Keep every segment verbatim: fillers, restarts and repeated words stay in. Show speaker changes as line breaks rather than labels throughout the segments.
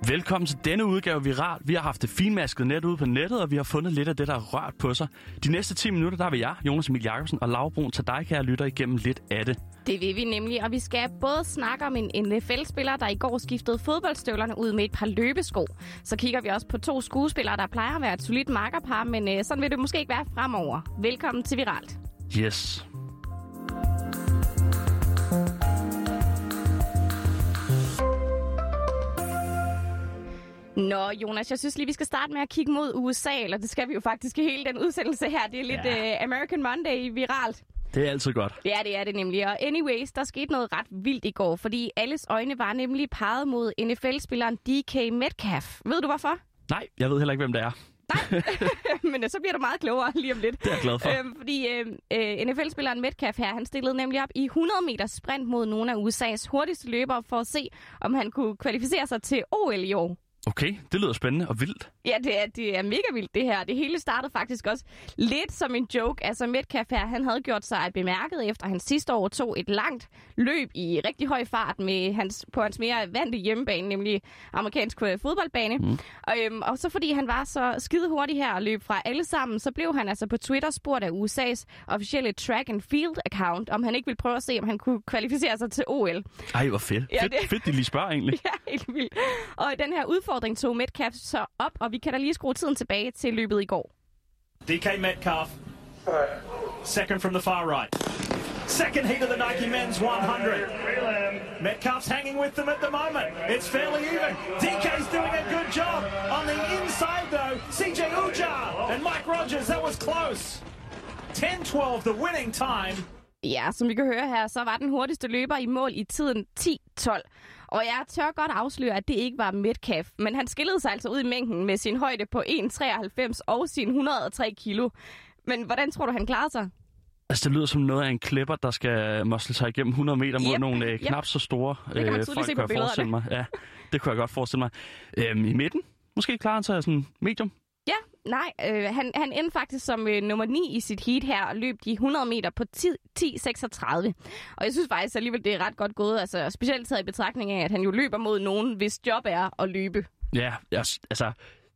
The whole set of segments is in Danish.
Velkommen til denne udgave Viral. Vi har haft det finmaskede net ude på nettet, og vi har fundet lidt af det, der er rørt på sig. De næste ti minutter, der vil jeg, Jonas Emil Jakobsen og Laura Brun, til dig, kære lytter, igennem lidt af det.
Det vil vi nemlig, og vi skal både snakke om en N F L-spiller, der i går skiftede fodboldstøvlerne ud med et par løbesko. Så kigger vi også på to skuespillere, der plejer at være et solidt makkerpar, men øh, sådan vil det måske ikke være fremover. Velkommen til Viralt.
Yes.
Nå, Jonas, jeg synes lige, vi skal starte med at kigge mod U S A, eller det skal vi jo faktisk i hele den udsendelse her. Det er lidt ja. uh, American Monday Viralt.
Det er altid godt.
Ja, det er det nemlig. Og anyways, der skete noget ret vildt i går, fordi alles øjne var nemlig peget mod N F L-spilleren D K Metcalf. Ved du hvorfor?
Nej, jeg ved heller ikke, hvem det er.
Nej, men så bliver du meget klogere lige om lidt.
Det er jeg glad for.
Øhm, fordi øh, øh, N F L-spilleren Metcalf her, han stillede nemlig op i hundrede meter sprint mod nogle af U S A's hurtigste løbere for at se, om han kunne kvalificere sig til O L i år.
Okay, det lyder spændende og vildt.
Ja, det er, det er mega vildt det her. Det hele startede faktisk også lidt som en joke. Altså Metcalf her, han havde gjort sig bemærket efter han sidste år tog et langt løb i rigtig høj fart med hans, på hans mere vante hjemmebane, nemlig amerikansk fodboldbane. Mm. Og, øhm, og så fordi han var så skide hurtig her og løb fra alle sammen, så blev han altså på Twitter spurgt af U S A's officielle track and field account, om han ikke ville prøve at se, om han kunne kvalificere sig til O L.
Ej, hvor fedt.
Ja,
fedt,
det...
fedt, de lige spørger egentlig.
Ja, helt vildt. Og den her udfordring tog Metcalf så op, og vi kan da lige skrue tiden tilbage til løbet i går.
D K Metcalf, second from the far right. Second heat of the Nike men's one hundred. Metcalf's hanging with them at the moment. It's fairly even. D K's doing a good job. On the inside though, C J Ujah and Mike Rogers, that was close. ten twelve the winning time.
Ja, som vi kan høre her, så var den hurtigste løber i mål i tiden ti tolv. Og jeg tør godt afsløre, at det ikke var Metcalf, men han skillede sig altså ud i mængden med sin højde på en komma treoghalvfems og sin et hundrede og tre kilo. Men hvordan tror du, han klarede sig?
Altså, det lyder som noget af en klipper, der skal muscle sig igennem hundrede meter mod
yep,
nogle øh,
yep.
knap så store
det kan man
øh, folk,
se på
kan jeg forestille mig. Ja, det kunne jeg godt forestille mig. Øhm, I midten? Måske klarer han sig sådan medium?
Ja, nej. Øh, han, han endte faktisk som øh, nummer ni i sit heat her og løb de hundrede meter på ti seksogtredive. Og jeg synes faktisk alligevel, det er ret godt gået. Altså, specielt taget i betragtning af, at han jo løber mod nogen, hvis job er at løbe.
Ja, jeg, altså...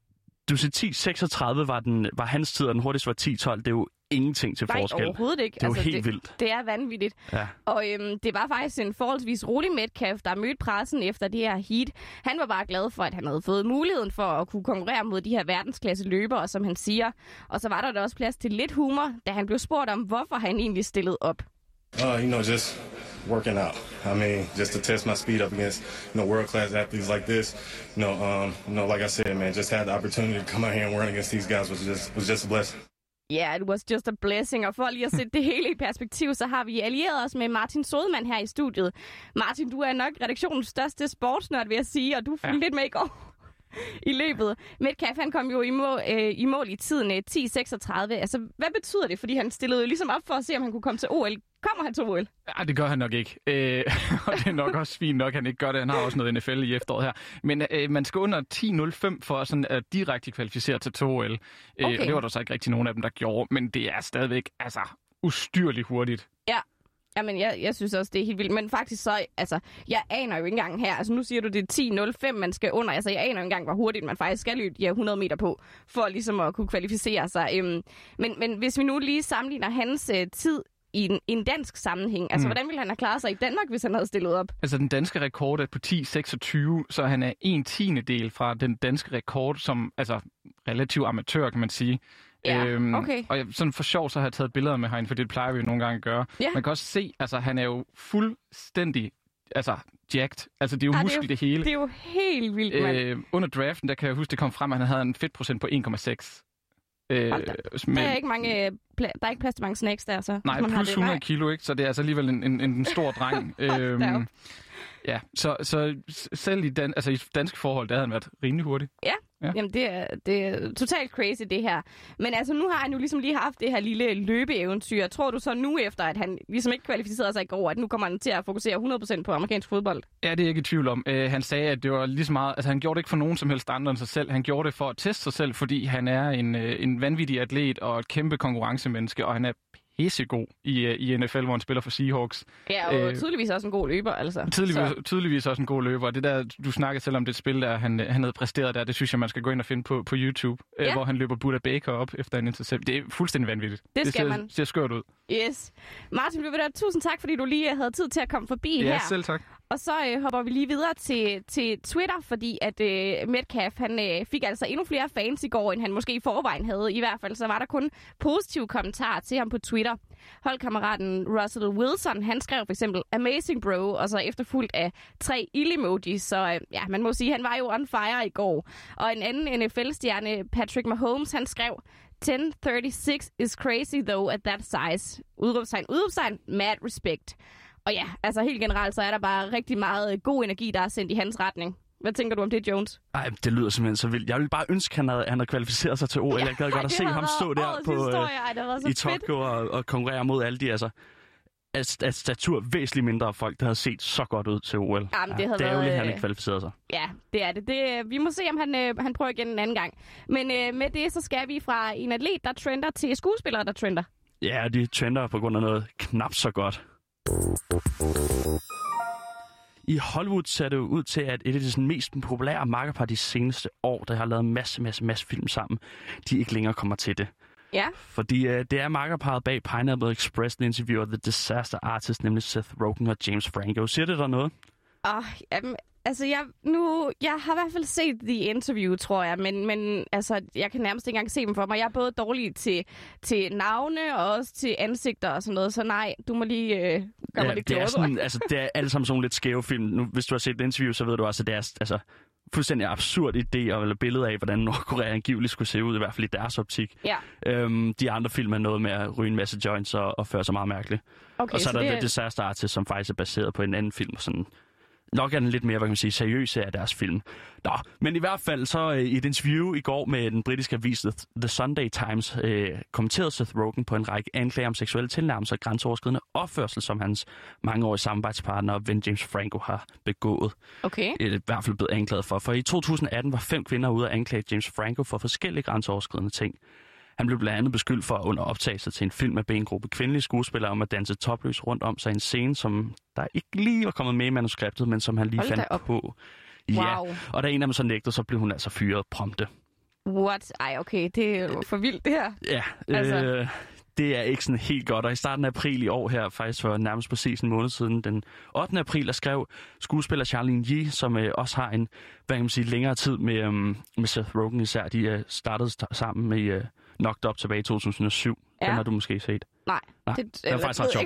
Du siger ti seksogtredive var, den, var hans tid, og den hurtigste var ti tolv. Det er jo ingenting til
Nej,
forskel.
Nej, overhovedet ikke.
Det er jo
altså,
helt
det,
vildt.
Det er vanvittigt.
Ja. Og
øhm, det var faktisk en forholdsvis rolig Metcalf, der mødte pressen efter det her heat. Han var bare glad for, at han havde fået muligheden for at kunne konkurrere mod de her verdensklasse løbere, som han siger. Og så var der da også plads til lidt humor, da han blev spurgt om, hvorfor han egentlig stillede op.
Uh, you know, just working out. I mean, just to test my speed up against, you know, world-class athletes like this. You know, um, you know, like I said, man, just had the opportunity to come out here and run against these guys was just was just a blessing.
Ja, yeah, it was just a blessing. Og for lige at sætte det hele i perspektiv, så har vi allieret os med Martin Sodemann her i studiet. Martin, du er nok redaktionens største sportsnørd, vil jeg sige, og du fulgte ja. lidt med i går i løbet. Metcalf, han kom jo i mål, øh, i, mål i tiden øh, ti seksogtredive. Altså, hvad betyder det? Fordi han stillede jo ligesom op for at se, om han kunne komme til O L. Kommer han til O L?
Ja, det gør han nok ikke. Øh, og det er nok også fint nok, han ikke gør det. Han har også noget N F L i efteråret her. Men øh, man skal under ti nul fem for sådan at direkte kvalificere til, til O L. Øh, okay. Og det var der så ikke rigtig nogen af dem, der gjorde. Men det er stadigvæk altså ustyrligt hurtigt.
Ja. Jamen, jeg, jeg synes også, det er helt vildt. Men faktisk så, altså, jeg aner jo ikke engang her. Altså, nu siger du, det er ti nul fem, man skal under. Altså, jeg aner jo ikke engang, hvor hurtigt man faktisk skal løbe de her hundrede meter på, for ligesom at kunne kvalificere sig. Øhm, men, men hvis vi nu lige sammenligner hans øh, tid i en, en dansk sammenhæng, altså, mm. hvordan ville han have klaret sig i Danmark, hvis han havde stillet op?
Altså, den danske rekord er på ti seksogtyve, så han er en tiende del fra den danske rekord, som, altså, relativt amatør, kan man sige.
Ja, øhm, okay.
Og jeg, sådan for sjov, så har jeg taget billeder med herinde, for det plejer vi jo nogle gange at gøre. Ja. Man kan også se, altså han er jo fuldstændig altså, jacked. Altså det er jo
ah,
muskel
det,
det hele.
Det er jo helt vildt, mand. Øh,
under draften, der kan jeg huske, det kom frem, at han havde en fedtprocent på en komma seks. Øh,
men... Der er ikke mange, der er ikke plads til mange snacks der, så.
Nej, plus det, hundrede kilo, ikke? Så det er altså alligevel en, en, en stor dreng. øhm, ja, så, så selv i, dan, altså, i danske forhold, der havde han været rimelig hurtig.
Ja. Ja. Jamen, det er, det er totalt crazy, det her. Men altså, nu har han jo ligesom lige haft det her lille løbeeventyr. Tror du så nu, efter at han ligesom ikke kvalificerede sig i går, at nu kommer han til at fokusere hundrede procent på amerikansk fodbold?
Ja, det er jeg ikke i tvivl om. Uh, han sagde, at det var lige så meget... Altså, han gjorde det ikke for nogen som helst andre end sig selv. Han gjorde det for at teste sig selv, fordi han er en, uh, en vanvittig atlet og et kæmpe konkurrencemenneske, og han er pissegod i, i N F L, hvor han spiller for Seahawks.
Ja, og øh, tydeligvis også en god løber, altså.
Tydeligvis, tydeligvis også en god løber. Det der, du snakkede selv om det spil, der han, han havde præsteret der, det synes jeg, man skal gå ind og finde på, på YouTube, ja. øh, hvor han løber Buda Baker op efter en intercept. Det er fuldstændig vanvittigt.
Det skal
det ser,
man.
ser skørt ud.
Yes. Martin Løvedal, tusind tak, fordi du lige havde tid til at komme forbi
ja,
her.
Ja, selv tak.
Og så øh, hopper vi lige videre til, til Twitter, fordi at øh, Metcalf, han øh, fik altså endnu flere fans i går, end han måske i forvejen havde. I hvert fald så var der kun positive kommentarer til ham på Twitter. Holdkammeraten Russell Wilson, han skrev for eksempel Amazing Bro, og så efterfulgt af tre ild-emojis. Så øh, ja, man må sige, han var jo on fire i går. Og en anden N F L-stjerne, Patrick Mahomes, han skrev ti thirty-six is crazy though at that size. Udråbstegn, udråbstegn, mad respect. Og ja, altså helt generelt, så er der bare rigtig meget god energi, der er sendt i hans retning. Hvad tænker du om det, Jones?
Ej, det lyder simpelthen så vildt. Jeg ville bare ønske, at han havde, han havde kvalificeret sig til O L. Ja, jeg gad godt at se ham stå der på, øh, i Tokyo og, og konkurrere mod alle de, altså, at, at statur væsentligt mindre folk, der havde set så godt ud til O L.
Jamen, det, ja,
det er
jo
lidt, han ikke kvalificeret sig.
Ja, det er det. det vi må se, om han, øh, han prøver igen en anden gang. Men øh, med det, så skal vi fra en atlet, der trender, til skuespillere, der trender.
Ja, de trender på grund af noget knap så godt. I Hollywood ser det ud til, at et af de sådan, mest populære makkerpar de seneste år, der har lavet masse, masse, masse film sammen, de ikke længere kommer til det.
Ja.
Fordi øh, det er makkerparet bag Pineapple Express, den interviewer The Disaster Artist, nemlig Seth Rogen og James Franco. Siger det der noget?
Åh, oh, jamen, altså jeg, nu, jeg har i hvert fald set The Interview, tror jeg, men, men altså, jeg kan nærmest ikke engang se dem for mig. Jeg er både dårlig til, til navne og også til ansigter og sådan noget, så nej, du må lige øh, gøre mig lidt
det er sådan, altså, det er alle sammen sådan lidt skæve film. Nu, hvis du har set The Interview, så ved du også, at det er altså, fuldstændig absurd idé eller billede af, hvordan Nordkorea angiveligt skulle se ud, i hvert fald i deres optik.
Ja.
Øhm, de andre film er noget med at ryge en masse joints og, og føre sig meget mærkeligt. Okay, og så, så er der det... The Disaster Artist, som faktisk er baseret på en anden film, sådan... Nok er den lidt mere, hvad kan man sige, seriøse af deres film. Nå, men i hvert fald så øh, i et interview i går med den britiske avis The Sunday Times øh, kommenterede Seth Rogen på en række anklager om seksuelle tilnærmelser og grænseoverskridende opførsel, som hans mangeårige samarbejdspartner og ven James Franco har begået.
Okay.
Det er i hvert fald blevet anklaget for. For i to tusind atten var fem kvinder ude at anklage James Franco for forskellige grænseoverskridende ting. Han blev blandt andet beskyldt for under optagelse til en film med en gruppe kvindelige skuespillere om at danse topløs rundt om sig i en scene, som der ikke lige var kommet med i manuskriptet, men som han lige Hold fandt på. Ja, wow. Og da en af dem så nægtede, så blev hun altså fyret prompte.
What? Ej, okay, det er jo for vildt det her.
Ja, altså... øh, det er ikke sådan helt godt. Og i starten af april i år her, faktisk for nærmest præcis en måned siden, den ottende april, der skrev skuespiller Charlene Yee, som øh, også har en, hvad kan man sige, længere tid med, øh, med Seth Rogen især. De øh, startede sammen med øh, Knocked Up tilbage i to tusind og syv. Ja. Den har du måske set.
Nej.
Nej, det, det er faktisk ret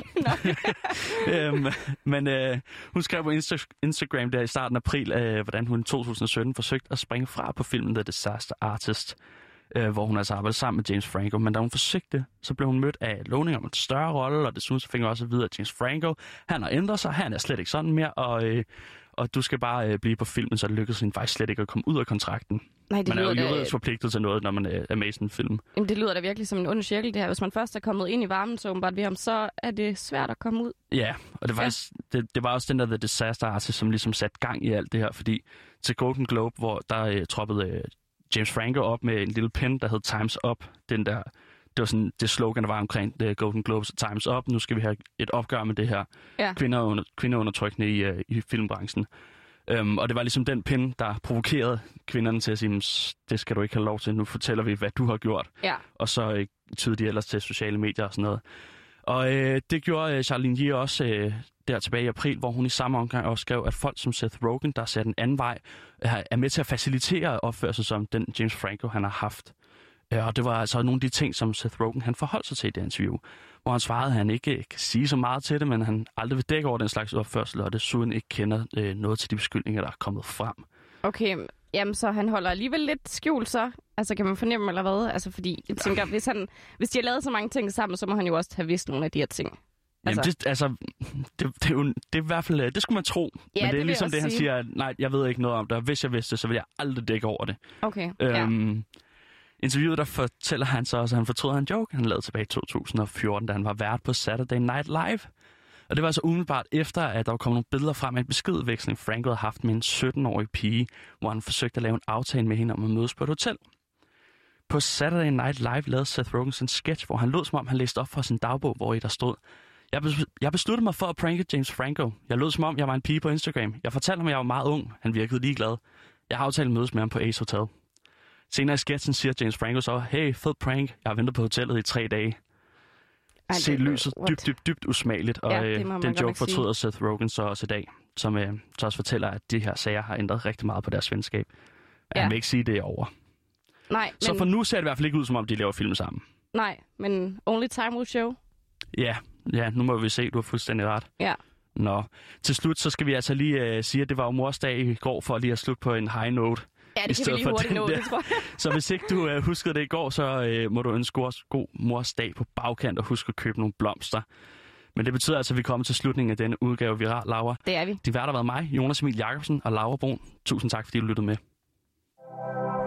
sjovt. øhm, men øh, hun skrev på Insta- Instagram der i starten af april, øh, hvordan hun i to tusind og sytten forsøgte at springe fra på filmen The Disaster Artist, øh, hvor hun altså arbejdede sammen med James Franco. Men da hun forsøgte, så blev hun mødt af lovning om en større rolle, og desuden så fik hun også at vide, at James Franco, han har ændret sig, han er slet ikke sådan mere, og, øh, og du skal bare øh, blive på filmen, så det lykkedes hende faktisk slet ikke at komme ud af kontrakten. Nej, det man er jo juridisk da... forpligtet til noget, når man er med i sådan en film. Jamen,
det lyder da virkelig som en ond cirkel, det her. Hvis man først er kommet ind i varmen, så åbenbart ved ham, så er det svært at komme ud.
Ja, og det var, ja. faktisk, det, det var også den der The Disaster Artist, som ligesom satte gang i alt det her, fordi til Golden Globe, hvor der øh, troppede øh, James Franco op med en lille pen, der hed Time's Up. Den der, det var sådan det slogan, der var omkring The Golden Globes, Time's Up. Nu skal vi have et opgør med det her ja. kvinder under, kvindeundertrykkende i, øh, i filmbranchen. Um, og det var ligesom den pind, der provokerede kvinderne til at sige, det skal du ikke have lov til, nu fortæller vi, hvad du har gjort. Ja. Og så øh, tyder de ellers til sociale medier og sådan noget. Og øh, det gjorde øh, Charlene Yee også øh, der tilbage i april, hvor hun i samme omgang også skrev, at folk som Seth Rogen, der ser den anden vej, øh, er med til at facilitere opførsel som den James Franco, han har haft. Øh, og det var altså nogle af de ting, som Seth Rogen han forholdt sig til i det interview, hvor han svarede, at han ikke kan sige så meget til det, men han aldrig vil dække over den slags opførsel, og desuden ikke kender øh, noget til de beskyldninger, der er kommet frem.
Okay, jamen så han holder alligevel lidt skjult så. Altså kan man fornemme, eller hvad? Altså fordi, jeg tænker, hvis, han, hvis de har lavet så mange ting sammen, så må han jo også have vidst nogle af de her ting.
Altså. Jamen det, altså, det, det, er jo, det er i hvert fald, det skulle man tro. Ja, men det er det ligesom det, han sige. siger, at nej, jeg ved ikke noget om det, og hvis jeg vidste det, så ville jeg aldrig dække over det.
Okay,
øhm, ja. Interviewet, der fortæller han så også, at han fortrød en joke, han lavede tilbage i to tusind og fjorten, da han var vært på Saturday Night Live. Og det var altså umiddelbart efter, at der var kommet nogle billeder frem af en beskedveksling, Franco havde haft med en sytten-årig pige, hvor han forsøgte at lave en aftale med hende om at mødes på et hotel. På Saturday Night Live lavede Seth Rogen en sketch, hvor han lød som om, han læste op fra sin dagbog, hvor i der stod: Jeg, bes- jeg besluttede mig for at pranke James Franco. Jeg lød som om, jeg var en pige på Instagram. Jeg fortalte ham, at jeg var meget ung. Han virkede ligeglad. Jeg har aftalt at mødes med ham på Ace Hotel. Senere i sketchen siger James Franco så: Hey, fed prank. Jeg har ventet på hotellet i tre dage. Ej, Se lyset what? dybt, dybt, dybt usmageligt. Og
ja,
øh, den joke fortryder Seth Rogen så også i dag, som øh, så også fortæller, at de her sager har ændret rigtig meget på deres venskab. Ja. Han vil ikke sige, det er over.
Nej,
så
men...
for nu ser det i hvert fald ikke ud, som om de laver film sammen.
Nej, men only time will show.
Ja, ja, nu må vi se, du har fuldstændig ret.
Ja.
Nå, til slut så skal vi altså lige uh, sige, at det var jo morsdag i går, for lige at slutte på en high note.
Ja, det kan vi lige hurtigt nå, det tror jeg.
Så hvis ikke du uh, huskede det i går, så uh, må du ønske os god morsdag på bagkant og husk at købe nogle blomster. Men det betyder altså, at vi kommer til slutningen af denne udgave Viral, Laura.
Det er vi.
De værter har været mig, Jonas Emil Jacobsen og Laura Brun. Tusind tak, fordi du lyttede med.